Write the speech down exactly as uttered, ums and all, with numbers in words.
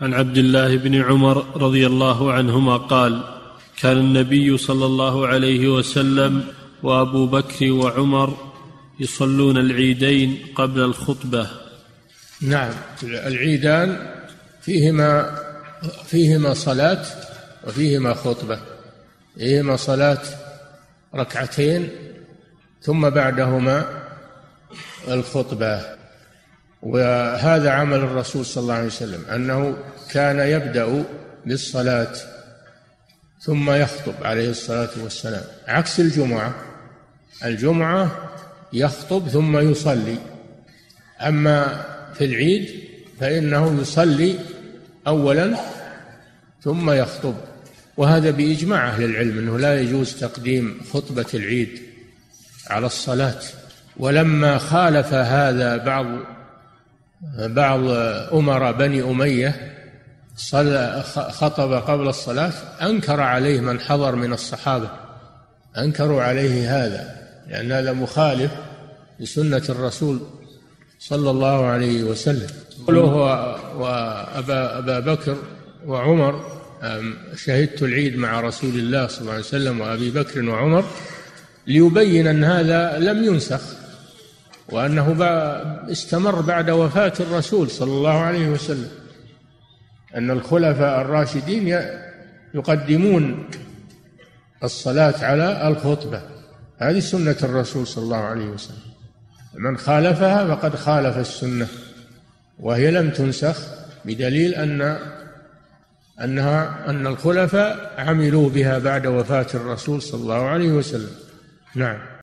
عن عبد الله بن عمر رضي الله عنهما قال: كان النبي صلى الله عليه وسلم وأبو بكر وعمر يصلون العيدين قبل الخطبة. نعم، العيدان فيهما فيهما صلاة وفيهما خطبة، فيهما صلاة ركعتين ثم بعدهما الخطبة. وهذا عمل الرسول صلى الله عليه وسلم، أنه كان يبدأ بالصلاة ثم يخطب عليه الصلاة والسلام، عكس الجمعة. الجمعة يخطب ثم يصلي، أما في العيد فإنه يصلي أولا ثم يخطب. وهذا بإجماع أهل العلم أنه لا يجوز تقديم خطبة العيد على الصلاة. ولما خالف هذا بعض بعض أمراء بني أمية صلى خطب قبل الصلاة، أنكر عليه من حضر من الصحابة، أنكروا عليه هذا، لأن هذا مخالف لسنة الرسول صلى الله عليه وسلم. قوله وأبا أبا بكر وعمر، شهدت العيد مع رسول الله صلى الله عليه وسلم وأبي بكر وعمر، ليبين أن هذا لم ينسخ، وأنه استمر بعد وفاة الرسول صلى الله عليه وسلم، أن الخلفاء الراشدين يقدمون الصلاة على الخطبة. هذه سنة الرسول صلى الله عليه وسلم، من خالفها فقد خالف السنة، وهي لم تنسخ، بدليل أن أنها أن الخلفاء عملوا بها بعد وفاة الرسول صلى الله عليه وسلم. نعم.